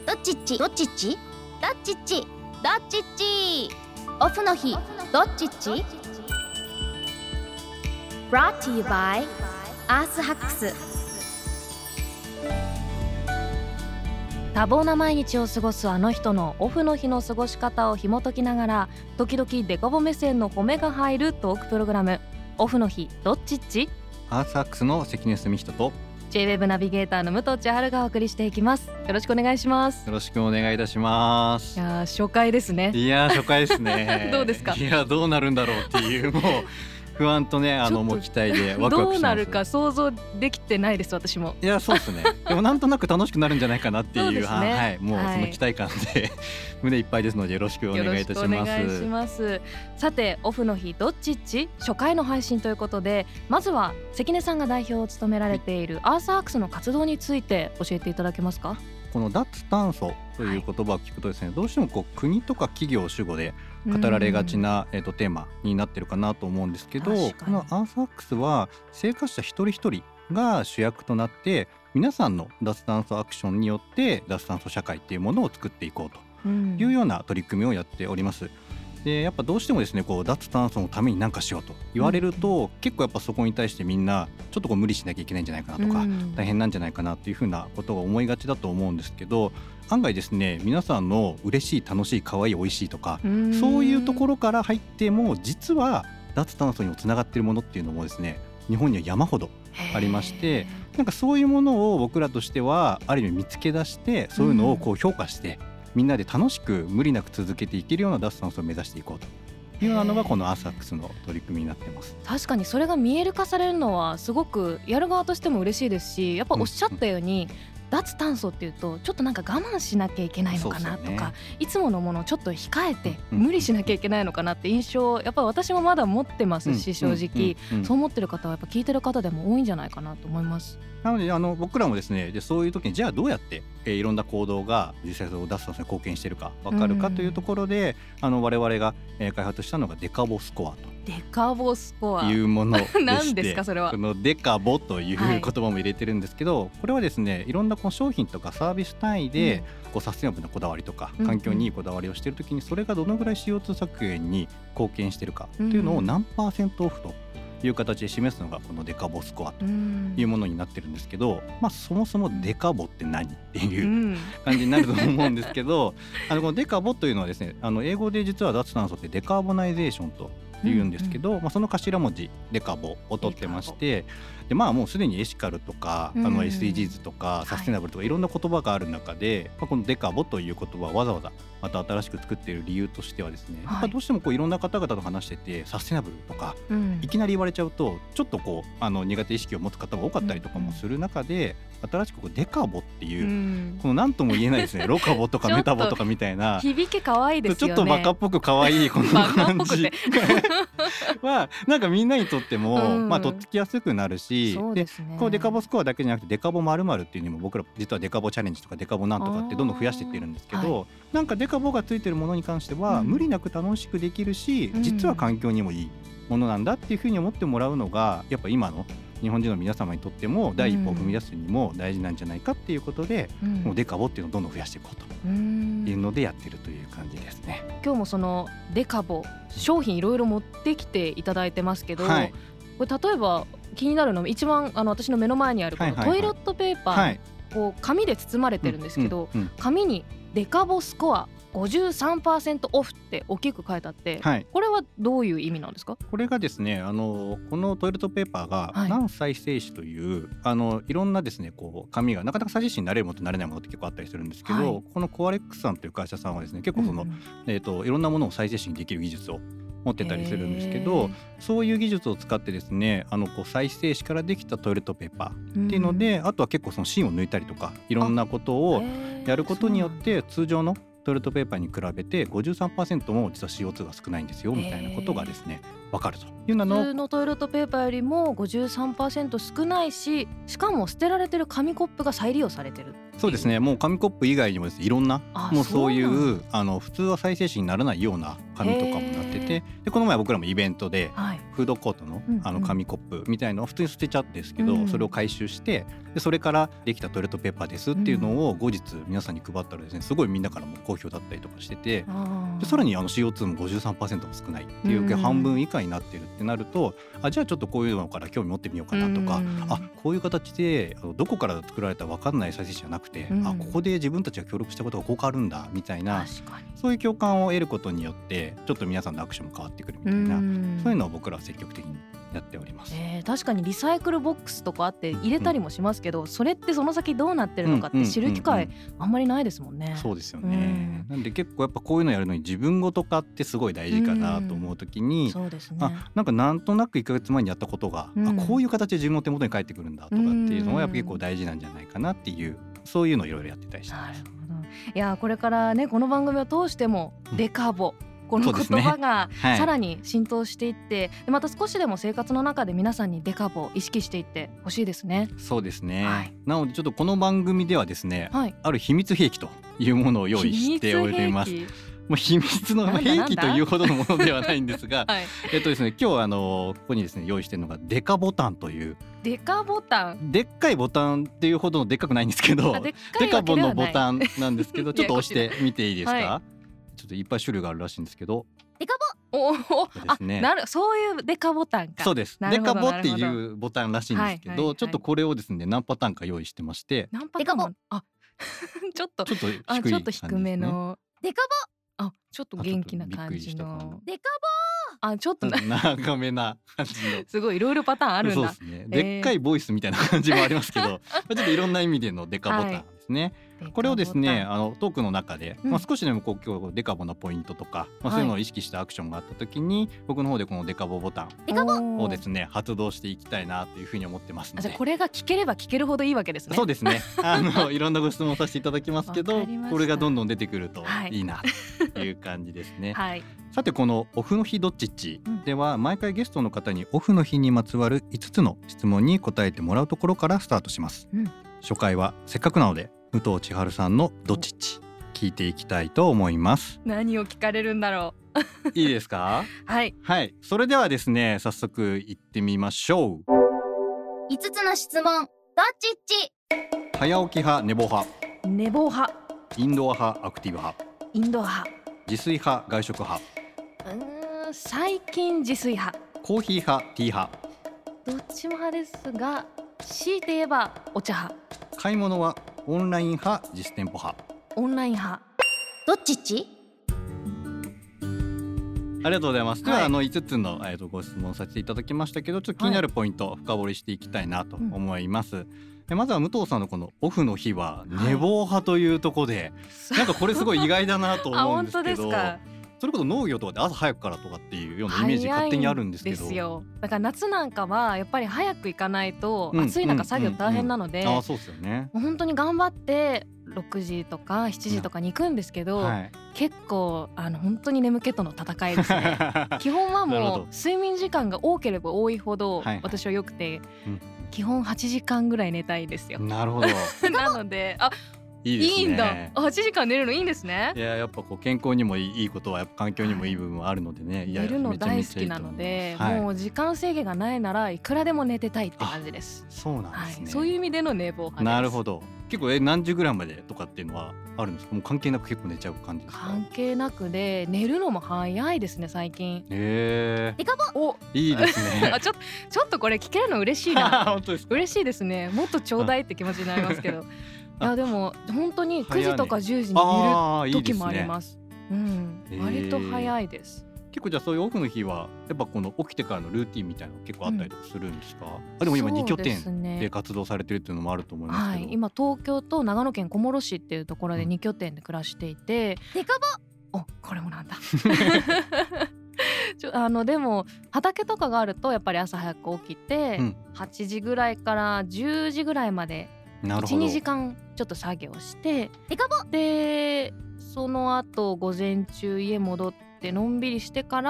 どっちっちどっちっちどっちっちどっちっちオフの日どっちっち Brought to you by アースハックス。多忙な毎日を過ごすあの人のオフの日の過ごし方を紐解きながら、時々デカボ目線の褒めが入るトークプログラム、オフの日どっちっち。 アースハックスの関根澄人と J-Web ナビゲーターの武藤千春がお送りしていきます。よろしくお願いします。 よろしくお願いいたします。 いや初回ですね。 いや初回ですねどうですか。 いやどうなるんだろうっていうもう不安とねもう期待でワクワクしてます。 どうなるか想像できてないです私も。 いやそうですねでもなんとなく楽しくなるんじゃないかなっていうそうですね、 はい、もうその期待感で、胸いっぱいですのでよろしくお願いいたします。 よろしくお願いします。さてオフの日どっちっち初回の配信ということで、まずは関根さんが代表を務められているアースハックスの活動について教えていただけますか。 この脱炭素という言葉を聞くとですね、どうしても国とか企業主語で語られがちな、テーマになってるかなと思うんですけど、このアースハックスは生活者一人一人が主役となって皆さんの脱炭素アクションによって脱炭素社会っていうものを作っていこうというような取り組みをやっております。でやっぱどうしてもですね脱炭素のために何かしようと言われると、結構やっぱそこに対してみんなちょっと無理しなきゃいけないんじゃないかなとか、大変なんじゃないかなっていうふうなことが思いがちだと思うんですけど、案外ですね皆さんの嬉しい楽しい可愛い美味しいとかそういうところから入っても実は脱炭素にもつながっているものっていうのもですね日本には山ほどありまして、なんかそういうものを僕らとしてはある意味見つけ出して、そういうのを評価してみんなで楽しく無理なく続けていけるような脱炭素を目指していこうというのがこのアースハックスの取り組みになってます。 確かにそれが見える化されるのはすごくやる側としても嬉しいですし、やっぱおっしゃったように、脱炭素っていうとちょっとなんか我慢しなきゃいけないのかなとか、いつものものをちょっと控えて無理しなきゃいけないのかなって印象やっぱ私もまだ持ってますし、正直そう思ってる方はやっぱ聞いてる方でも多いんじゃないかなと思います。 なので僕らもですねそういう時にじゃあどうやって、いろんな行動が実際脱炭素に貢献しているか分かるかというところで、我々が、開発したのがデカボスコアとデカボスコアいうものでして何ですかそれは。 このデカボという言葉も入れてるんですけど、これはですねいろんな商品とかサービス単位で、サステナブルなこだわりとか環境にいいこだわりをしているときに、それがどのぐらい CO2 削減に貢献しているかというのを何%オフという形で示すのがこのデカボスコアというものになってるんですけど、そもそもデカボって何っていう感じになると思うんですけどこのデカボというのはですね英語で実は脱炭素ってデカーボナイゼーションと言うんですけど、その頭文字デカボを取ってまして、でもうすでにエシカルとかSDGs とかサステナブルとかいろんな言葉がある中で、このデカボという言葉をわざわざまた新しく作っている理由としてはですね、やっぱどうしてもいろんな方々と話しててサステナブルとか、いきなり言われちゃうとちょっと苦手意識を持つ方が多かったりとかもする中で、新しくデカボっていう、この何とも言えないですねロカボとかメタボとかみたいな響き可愛いですよね。 ちょっとバカっぽく可愛いこの感じはなんかみんなにとっても、とっつきやすくなるし、でデカボスコアだけじゃなくてデカボ〇〇っていうのも僕ら実はデカボチャレンジとかデカボなんとかってどんどん増やしていってるんですけど、なんかデカボがついてるものに関しては、無理なく楽しくできるし、実は環境にもいいものなんだっていうふうに思ってもらうのがやっぱ今の日本人の皆様にとっても第一歩を踏み出すにも大事なんじゃないかっていうことで、もうデカボっていうのをどんどん増やしていこうというのでやってるという感じですね。 今日もそのデカボ商品いろいろ持ってきていただいてますけど、これ例えば気になるの一番私の目の前にあるこのトイレットペーパー、紙で包まれてるんですけど、紙にデカボスコア53% オフって大きく書いてあって、これはどういう意味なんですか。 これがですねこのトイレットペーパーが難再生紙という、いろんなですね紙がなかなか再生紙になれるものとなれないものって結構あったりするんですけど、このコアレックスさんという会社さんはですね結構いろんなものを再生紙にできる技術を持ってたりするんですけど、そういう技術を使ってですね再生紙からできたトイレットペーパーっていうので、あとは結構芯を抜いたりとかいろんなことをやることによって通常のトイレットペーパーに比べて 53% も実は CO2 が少ないんですよみたいなことがですね分かるというの。 普通のトイレットペーパーよりも 53% 少ないし、しかも捨てられてる紙コップが再利用されてる。 そうですね、もう紙コップ以外にもですねいろんなもうそういう普通は再生紙にならないような紙とかもなってて、でこの前僕らもイベントではいフードコートの紙コップみたいのを普通に捨てちゃうんですけど、 うんそれを回収してでそれからできたトイレットペーパーですっていうのを後日皆さんに配ったらですね、すごいみんなからも好評だったりとかしてて、でさらにCO2 も 53% も少ないっていう、半分以下になってるってなると、じゃあちょっとこういうのから興味持ってみようかなとか、こういう形でどこから作られたか分かんない再生紙じゃなくて、ここで自分たちが協力したことがこう変わるんだみたいな、そういう共感を得ることによってちょっと皆さんのアクションも変わってくるみたいな、そういうのを僕らは積極的にやっております。 確かにリサイクルボックスとかあって入れたりもしますけど、それってその先どうなってるのかって知る機会あんまりないですもんね。 そうですよね、なんで結構やっぱこういうのやるのに自分ごと化ってすごい大事かなと思うときに、 そうですね、 なんとなく1ヶ月前にやったことが、こういう形で自分の手元に返ってくるんだとかっていうのはやっぱ結構大事なんじゃないかなっていう、そういうのをいろいろやってたりしてます。 いやこれからねこの番組を通してもデカボ、この言葉がさらに浸透していって、でまた少しでも生活の中で皆さんにデカボを意識していってほしいですね。 そうですね、なのでちょっとこの番組ではですね、ある秘密兵器というものを用意しております。もう秘密の兵器というほどのものではないんですがですね、今日ここにですね用意しているのがデカボタンという、デカボタン、でっかいボタンっていうほどのでっかくないんですけど、デカボのボタンなんですけどちょっと押してみていいですか。ちょっといっぱい種類があるらしいんですけど、デカボですね、そういうデカボタンか。そうです、デカボっていうボタンらしいんですけど、ちょっとこれをですね何パターンか用意してまして、 デカボちょっと低めのデカボ、ちょっと元気な感じのデカボ、ちょっと長めな感じのすごいいろいろパターンあるんだ。 そうですね、でっかいボイスみたいな感じもありますけどちょっといろんな意味でのデカボタンですね。これをですねトークの中で、少しでも今日デカボのポイントとか、そういうのを意識したアクションがあった時に、僕の方でこのデカボボタンをですね発動していきたいなというふうに思ってますので。 じゃあこれが聞ければ聞けるほどいいわけですね。 そうですねいろんなご質問させていただきますけど、これがどんどん出てくるといいなという感じですね。さてこのオフの日どっちっちでは、毎回ゲストの方にオフの日にまつわる5つの質問に答えてもらうところからスタートします。初回はせっかくなので武藤千春さんのどっちっち聞いていきたいと思います。 何を聞かれるんだろういいですかはい、 それではですね早速いってみましょう。 5つの質問どっちっち。 早起き派寝坊派。 寝坊派。 インドア派アクティブ派。 インドア派。 自炊派外食派。 最近自炊派。 コーヒー派ティー派。 どっちも派ですが強いて言えばお茶派。 買い物はオンライン派実店舗派。 オンライン派。 どっちっち。 ありがとうございます。では5つのご質問させていただきましたけど、ちょっと気になるポイントを深掘りしていきたいなと思います。まずは武藤さんのこのオフの日は寝坊派というところで、なんかこれすごい意外だなと思うんですけどそれこそ農業とかで朝早くからとかっていうようなイメージ勝手にあるんですけど。 ですよ。だから夏なんかはやっぱり早く行かないと暑い中作業大変なので、 そうですよね。 本当に頑張って6時とか7時とかに行くんですけど、結構本当に眠気との戦いですね基本はもう睡眠時間が多ければ多いほど私は良くて、基本8時間ぐらい寝たいですよ。 なるほどなのでいいですね。 いいんだ。8時間寝るのいいんですね。 いややっぱこう健康にもいいことはやっぱ環境にもいい部分はあるのでね。 寝るの大好きなので、もう時間制限がないならいくらでも寝てたいって感じです。 そうなんですね。 そういう意味での寝坊派です。 なるほど。結構何時ぐらいまでとかっていうのはあるんですか。もう関係なく結構寝ちゃう感じですか。 関係なくで寝るのも早いですね最近。 デカボ。 いいですねちょっとこれ聞けるの嬉しいな本当ですか。 嬉しいですね。もっとちょうだいって気持ちになりますけどいやでも本当に9時とか10時に寝る時もあります。割と早いです。 結構じゃあそういうオフの日はやっぱこの起きてからのルーティンみたいなの結構あったりとかするんですか。でも今2拠点で活動されてるっていうのもあると思いますけど、 今東京と長野県小諸市っていうところで2拠点で暮らしていて、 デカボ。これもなんだでも畑とかがあるとやっぱり朝早く起きて、8時ぐらいから10時ぐらいまで 1,2 時間ちょっと作業してでその後午前中家戻ってのんびりしてから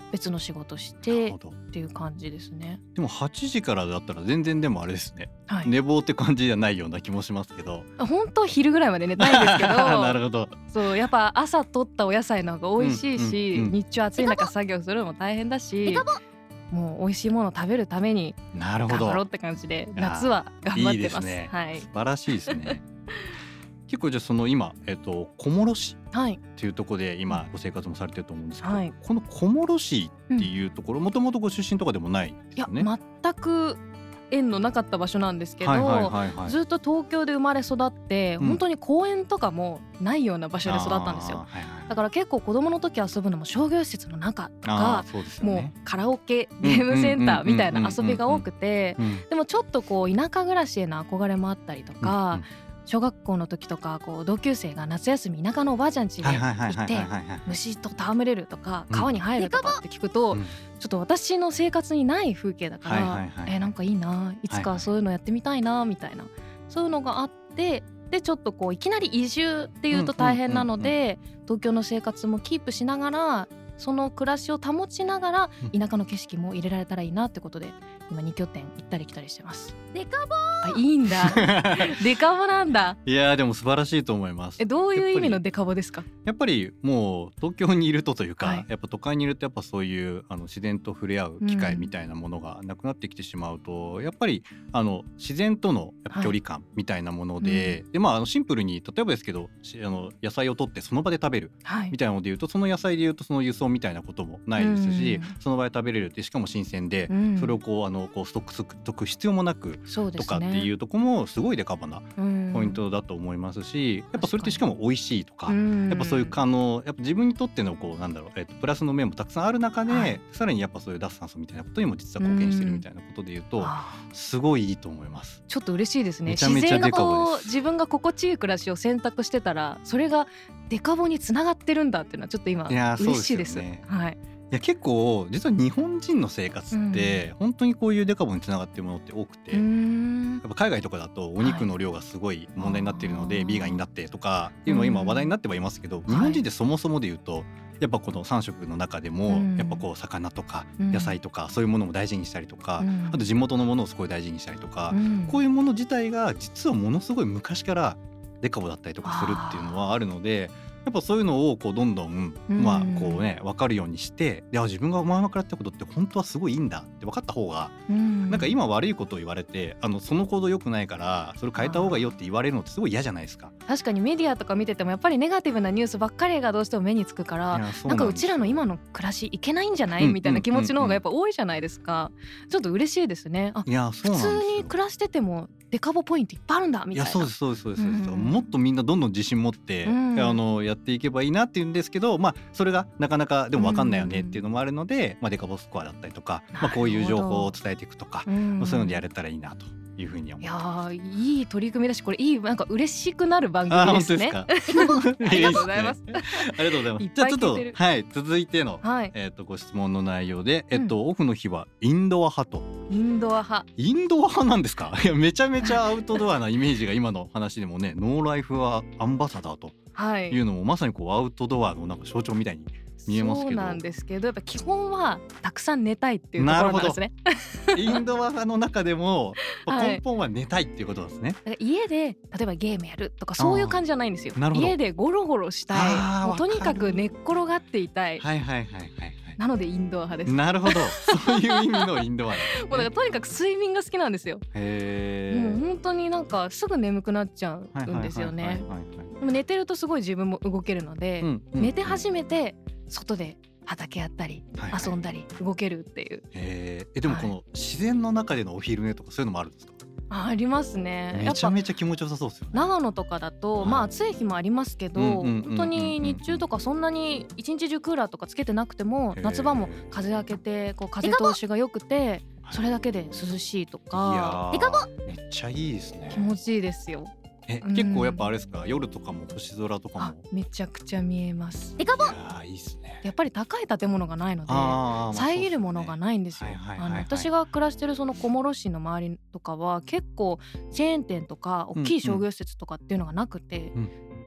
別の仕事してっていう感じですね。 でも8時からだったら全然でもあれですね、 はい、 寝坊って感じじゃないような気もしますけど。 本当は昼ぐらいまで寝たいんですけどなるほど。 そうやっぱ朝取ったお野菜の方が美味しいし、日中暑い中作業するのも大変だし、もう美味しいものを食べるために頑張ろうって感じで夏は頑張ってます。 いいですね、 はい、 素晴らしいですね結構じゃあその今、小諸市っていうところで今ご生活もされてると思うんですけど、はい、この小諸市っていうところもともとご出身とかでもないですよね。 いや全く縁のなかった場所なんですけど、ずっと東京で生まれ育って、本当に公園とかもないような場所で育ったんですよ。だから結構子供の時遊ぶのも商業施設の中とか、もうカラオケゲームセンターみたいな遊びが多くて、でもちょっとこう田舎暮らしへの憧れもあったりとか、小学校の時とかこう同級生が夏休み田舎のおばあちゃん家に行って虫と戯れるとか川に入るとかって聞くと、ちょっと私の生活にない風景だからなんかいいな、いつかそういうのやってみたいなみたいな、そういうのがあって、でちょっとこういきなり移住っていうと大変なので、東京の生活もキープしながらその暮らしを保ちながら田舎の景色も入れられたらいいなってことで今2拠点行ったり来たりしてます。 デカボー。いいんだデカボなんだ。 いやでも素晴らしいと思います。 どういう意味のデカボですか？ やっぱりもう東京にいるというか、やっぱ都会にいるとやっぱそういう自然と触れ合う機会みたいなものがなくなってきてしまうと、やっぱり自然とのやっぱ距離感みたいなもので、でシンプルに例えばですけど野菜を取ってその場で食べるみたいなのでいうと、その野菜でいうとその輸送みたいなこともないですし、その場で食べれるってしかも新鮮で、それをこうストックとく必要もなくとかっていうところもすごいデカボなポイントだと思いますし、やっぱそれってしかも美味しいとか、やっぱそういうやっぱ自分にとってのこうプラスの面もたくさんある中で、さらにやっぱそういう脱炭素みたいなことにも実は貢献してるみたいなことでいうと、すごいいいと思います。 ちょっと嬉しいですね。 めちゃめちゃデカボです。 自分が心地いい暮らしを選択してたらそれがデカボにつながってるんだっていうのはちょっと今嬉しいです。はい。 いや結構実は日本人の生活って本当にこういうデカボにつながっているものって多くて、やっぱ海外とかだとお肉の量がすごい問題になっているのでビーガンになってとかいうの今話題になってはいますけど、日本人ってそもそもで言うとやっぱこの3食の中でもやっぱこう魚とか野菜とかそういうものも大事にしたりとか、あと地元のものをすごい大事にしたりとか、こういうもの自体が実はものすごい昔からデカボだったりとかするっていうのはあるので、やっぱそういうのをこうどんどんこうね分かるようにして、いや自分が前々からやったことって本当はすごいいいんだって分かった方が、なんか今悪いことを言われてその行動良くないからそれ変えた方がいいよって言われるのってすごい嫌じゃないですか。 確かにメディアとか見ててもやっぱりネガティブなニュースばっかりがどうしても目につくから、なんかうちらの今の暮らしいけないんじゃないみたいな気持ちの方がやっぱ多いじゃないですか。ちょっと嬉しいですね。 いやそうなんですよ。 普通に暮らしててもデカボポイントいっぱいあるんだみたいな。 いやそうですそうですそうです、もっとみんなどんどん自信持って、やっていけばいいなっていうんですけど、それがなかなかでも分かんないよねっていうのもあるので、デカボスコアだったりとか、こういう情報を伝えていくとか、そういうのでやれたらいいなというふうに思います。 いやいい取り組みだし、これいいなんか嬉しくなる番組ですね。 ありがとうございます。ありがとうございます。じゃあちょっと続いてのご質問の内容で、オフの日はインドア派と。 インドア派なんですか？いやめちゃめちゃアウトドアなイメージが今の話でもね、ノーライフはアンバサダーというのもまさにこうアウトドアのなんか象徴みたいに見えますけど。 そうなんですけど、やっぱ基本はたくさん寝たいっていうところなんですね。 インドア派の中でも根本は寝たいっていうことですね。 家で例えばゲームやるとかそういう感じじゃないんですよ。家でゴロゴロしたい、もうとにかく寝っ転がっていたい。なのでインドア派です。 なるほど、そういう意味のインドア、 もうだからとにかく睡眠が好きなんですよ。もう本当になんかすぐ眠くなっちゃうんですよね。でも寝てるとすごい自分も動けるので、寝て初めて外で畑やったり遊んだり動けるっていう。 でもこの自然の中でのお昼寝とかそういうのもあるんですか？ ありますね。 めちゃめちゃ気持ちよさそうですよね。 長野とかだと、暑い日もありますけど、本当に日中とかそんなに一日中クーラーとかつけてなくても、夏場も風開けてこう風通しが良くて、それだけで涼しいとか。 めっちゃいいですね。 気持ちいいですよ。 結構やっぱあれですか、夜とかも星空とかも。 めちゃくちゃ見えます。 いやいいですね。 やっぱり高い建物がないので遮るものがないんですよ。私が暮らしてるその小諸市の周りとかは結構チェーン店とか大きい商業施設とかっていうのがなくて、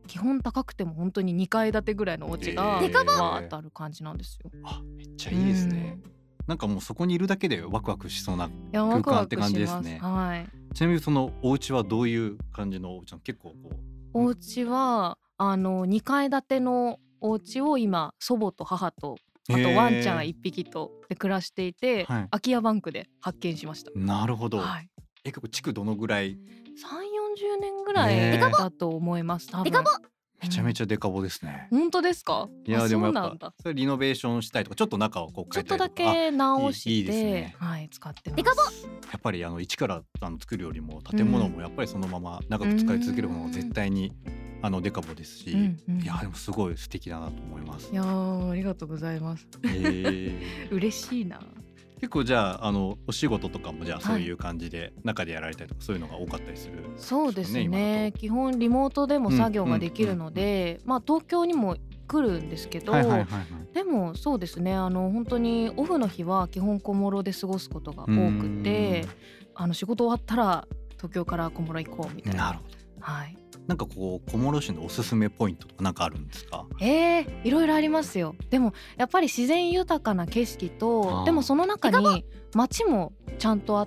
基本高くても本当に2階建てぐらいのお家がわーっとある感じなんですよ。 めっちゃいいですね。なんかもうそこにいるだけでワクワクしそうな空間って感じですね。 はい、 ちなみにそのお家はどういう感じのお家なの？結構こうお家は2階建てのお家を今祖母と母とあとワンちゃん1匹とで暮らしていて、 はい、 空き家バンクで発見しました。 なるほど、 はい、 結構築どのぐらい？ 3、40年ぐらいだと思います。多分めちゃめちゃデカボですね。 本当ですか？ いやでもやっぱそれリノベーションしたいとかちょっと中をこう変えたりとかちょっとだけ直していいですね。 はい、使ってます。 やっぱり一から作るよりも建物もやっぱりそのまま長く使い続ける方が絶対にデカボですし、いやでもすごい素敵だなと思います。 いやありがとうございます。嬉しいな。 結構じゃあお仕事とかもじゃあそういう感じで中でやられたりとかそういうのが多かったりする、 そうですね。基本リモートでも作業ができるので、東京にも来るんですけど、でもそうですね、本当にオフの日は基本小諸で過ごすことが多くて、仕事終わったら東京から小諸行こうみたいな。 なるほど。 はい。 なんかこう小諸市のおすすめポイントとかなんかあるんですか？ いろいろありますよ。でもやっぱり自然豊かな景色と、でもその中に街もちゃんとあって、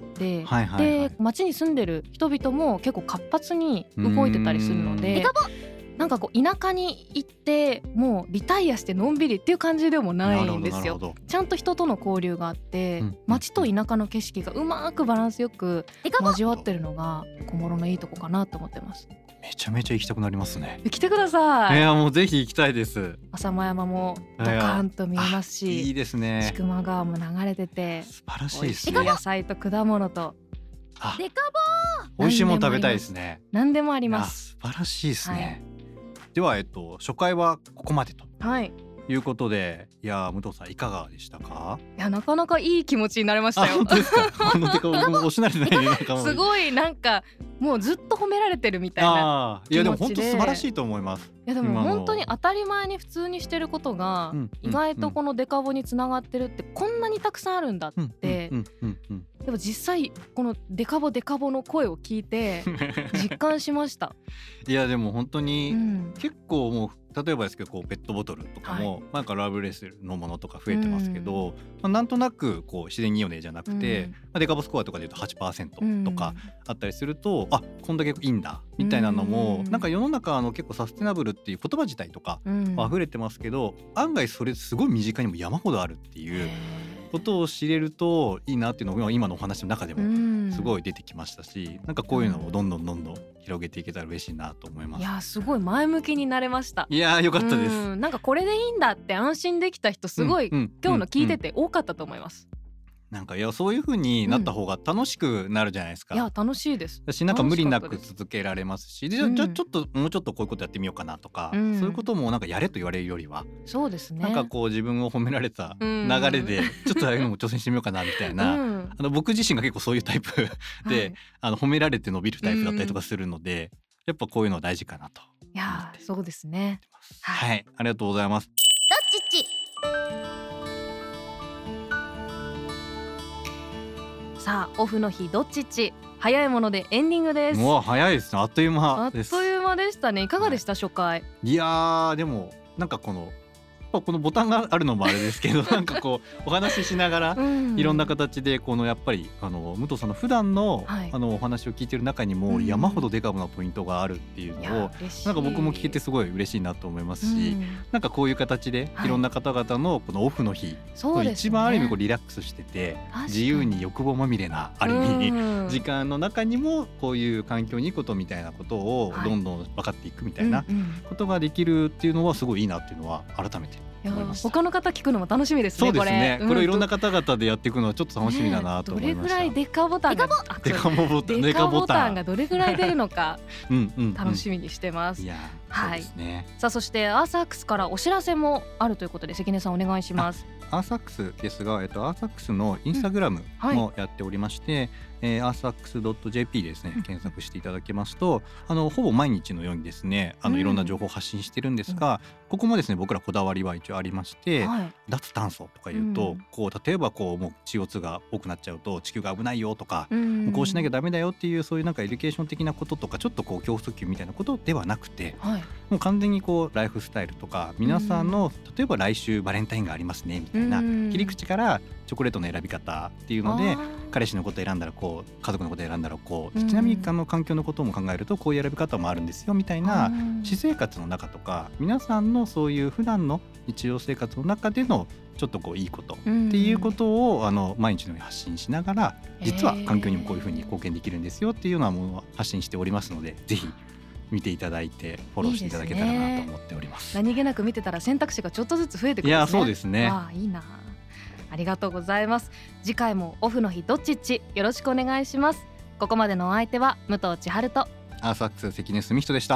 で街に住んでる人々も結構活発に動いてたりするので、なんかこう田舎に行ってもうリタイアしてのんびりっていう感じでもないんですよ。ちゃんと人との交流があって、街と田舎の景色がうまくバランスよく交わってるのが小諸のいいとこかなと思ってます。 めちゃめちゃ行きたくなりますね。 来てください。 いやもうぜひ行きたいです。 浅間山もドカーンと見えますし、 いいですね。 千曲川も流れてて素晴らしいですね。 美味しい野菜と果物とデカボー、美味しいもの食べたいですね。 何でもあります。 素晴らしいですね。では初回はここまでと。いうことで、いや武藤さんいかがでしたか？ いやなかなかいい気持ちになれましたよ。 本当ですか？僕も押し慣れてないね。なんかすごいなんかもうずっと褒められてるみたいな気持ちで。 いやでも本当素晴らしいと思います。 いやでも本当に当たり前に普通にしてることが意外とこのデカボにつながってるってこんなにたくさんあるんだってでも実際このデカボの声を聞いて実感しました。 いやでも本当に結構もう例えばですけどこうペットボトルとかもなんかラブレスのものとか増えてますけど、なんとなくこう自然にいいよねじゃなくて、デカボスコアとかでいうと 8% とかあったりすると、こんだけいいんだみたいなのもなんか世の中結構サステナブルっていう言葉自体とか溢れてますけど、案外それすごい身近にも山ほどあるっていうことを知れるといいなっていうのが今のお話の中でもすごい出てきましたし、なんかこういうのをどんどん広げていけたら嬉しいなと思います。 いやすごい前向きになれました。 いやよかったです。 なんかこれでいいんだって安心できた人すごい今日の聞いてて多かったと思います。 なんかいやそういう風になった方が楽しくなるじゃないですか。 いや楽しいです。 私なんか無理なく続けられますし、じゃあちょっともうちょっとこういうことやってみようかなとか、そういうこともなんかやれと言われるよりは、 そうですね。 なんかこう自分を褒められた流れでちょっとああいうのも挑戦してみようかなみたいな、僕自身が結構そういうタイプで、褒められて伸びるタイプだったりとかするので、やっぱこういうのは大事かなと。 いやそうですね。 はい、ありがとうございます。 どっちっち。 さあオフの日どっちっち、早いものでエンディングです。 もう早いですね。あっという間です。 あっという間でしたね。いかがでした、初回？ いやーでもなんかこのボタンがあるのもあれですけどなんかこうお話ししながらいろんな形でこのやっぱり武藤さんの普段のお話を聞いてる中にも山ほどデカボなポイントがあるっていうのをなんか僕も聞けてすごい嬉しいなと思いますし、なんかこういう形でいろんな方々のこのオフの日一番ある意味こうリラックスしてて自由に欲望まみれなある意味時間の中にもこういう環境にいいことみたいなことをどんどん分かっていくみたいなことができるっていうのはすごいいいなっていうのは改めて他の方聞くのも楽しみですね。 そうですね。これいろんな方々でやっていくのはちょっと楽しみだなと思いました。 どれぐらいデカボタンがデカボタンがどれぐらい出るのか楽しみにしてます。 いやそうですね。 さあそしてアーサックスからお知らせもあるということで関根さんお願いします。 アーサックスですが、アーサックスのインスタグラムもやっておりまして、 earthhacks.jp でですね検索していただけますとほぼ毎日のようにですねいろんな情報を発信してるんですが、ここもですね僕らこだわりは一応ありまして、脱炭素とかいうと、例えばもう CO2 が多くなっちゃうと地球が危ないよとか、こうしなきゃダメだよっていうそういうなんかエデュケーション的なこととかちょっと恐怖訴求みたいなことではなくて、もう完全にライフスタイルとか皆さんの例えば来週バレンタインがありますねみたいな切り口からチョコレートの選び方っていうので、彼氏のことを選んだら家族のことを選んだらちなみに環境のことも考えるとこういう選び方もあるんですよみたいな、私生活の中とか皆さんのそういう普段の日常生活の中でのちょっといいことっていうことを毎日のように発信しながら、実は環境にもこういうふうに貢献できるんですよっていうようなものを発信しておりますので、ぜひ見ていただいてフォローしていただけたらなと思っております。 何気なく見てたら選択肢がちょっとずつ増えてくるんですね。 いやそうですね。 いいな。ありがとうございます。次回もオフの日どっちっちよろしくお願いします。ここまでのお相手は武藤千春とアースハックス関根澄人でした。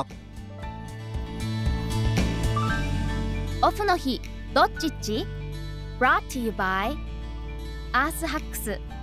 オフの日どっちっち Brought to you by アースハックス